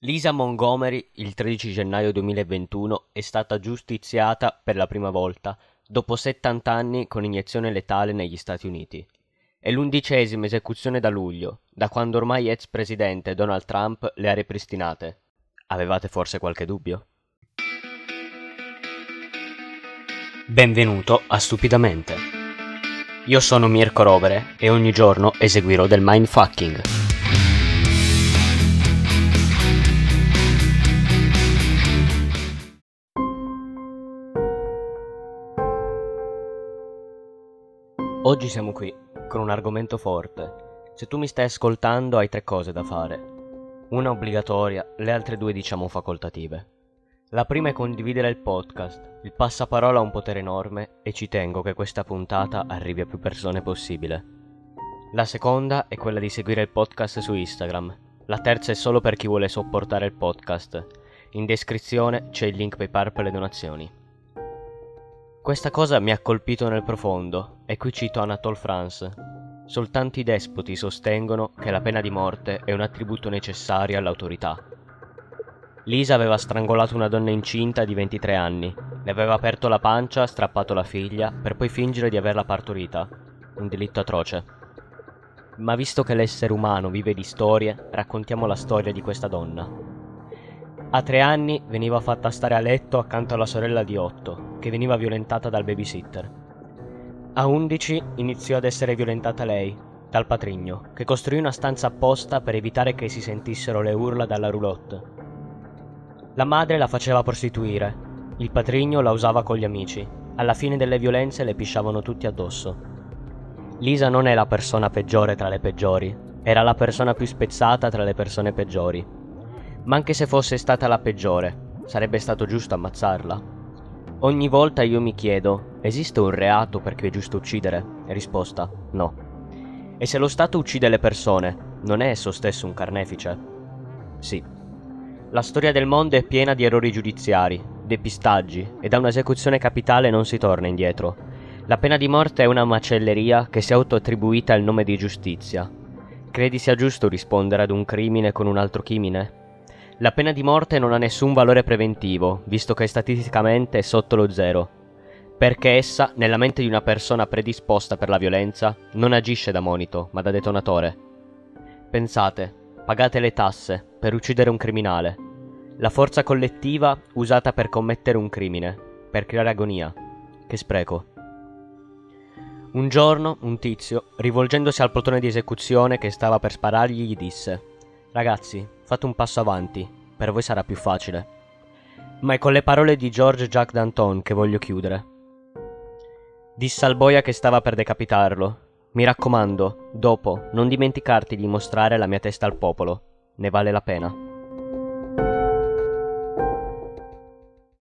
Lisa Montgomery, il 13 gennaio 2021, è stata giustiziata per la prima volta dopo 70 anni con iniezione letale negli Stati Uniti. È l'11ª esecuzione da luglio, da quando ormai ex presidente Donald Trump le ha ripristinate. Avevate forse qualche dubbio? Benvenuto a Stupidamente. Io sono Mirko Rovere e ogni giorno eseguirò del mindfucking. Oggi siamo qui, con un argomento forte. Se tu mi stai ascoltando hai 3 cose da fare. Una obbligatoria, le altre 2 diciamo facoltative. La prima è condividere il podcast. Il passaparola ha un potere enorme e ci tengo che questa puntata arrivi a più persone possibile. La seconda è quella di seguire il podcast su Instagram. La terza è solo per chi vuole sopportare il podcast. In descrizione c'è il link PayPal per le donazioni. Questa cosa mi ha colpito nel profondo, e qui cito Anatole France. Soltanto i despoti sostengono che la pena di morte è un attributo necessario all'autorità. Lisa aveva strangolato una donna incinta di 23 anni, le aveva aperto la pancia, strappato la figlia, per poi fingere di averla partorita. Un delitto atroce. Ma visto che l'essere umano vive di storie, raccontiamo la storia di questa donna. A 3 anni veniva fatta stare a letto accanto alla sorella di 8, che veniva violentata dal babysitter. A 11 iniziò ad essere violentata lei, dal patrigno, che costruì una stanza apposta per evitare che si sentissero le urla dalla roulotte. La madre la faceva prostituire, il patrigno la usava con gli amici, alla fine delle violenze le pisciavano tutti addosso. Lisa non è la persona peggiore tra le peggiori, era la persona più spezzata tra le persone peggiori. Ma anche se fosse stata la peggiore, sarebbe stato giusto ammazzarla? Ogni volta io mi chiedo, esiste un reato per cui è giusto uccidere? E risposta, no. E se lo Stato uccide le persone, non è esso stesso un carnefice? Sì. La storia del mondo è piena di errori giudiziari, depistaggi, e da un'esecuzione capitale non si torna indietro. La pena di morte è una macelleria che si è autoattribuita il nome di giustizia. Credi sia giusto rispondere ad un crimine con un altro crimine? La pena di morte non ha nessun valore preventivo, visto che statisticamente è sotto lo zero, perché essa, nella mente di una persona predisposta per la violenza, non agisce da monito, ma da detonatore. Pensate, pagate le tasse per uccidere un criminale, la forza collettiva usata per commettere un crimine, per creare agonia. Che spreco. Un giorno, un tizio, rivolgendosi al plotone di esecuzione che stava per sparargli, gli disse: «Ragazzi, fate un passo avanti, per voi sarà più facile». Ma è con le parole di Georges-Jacques Danton che voglio chiudere. Disse al boia che stava per decapitarlo: «Mi raccomando, dopo, non dimenticarti di mostrare la mia testa al popolo, ne vale la pena».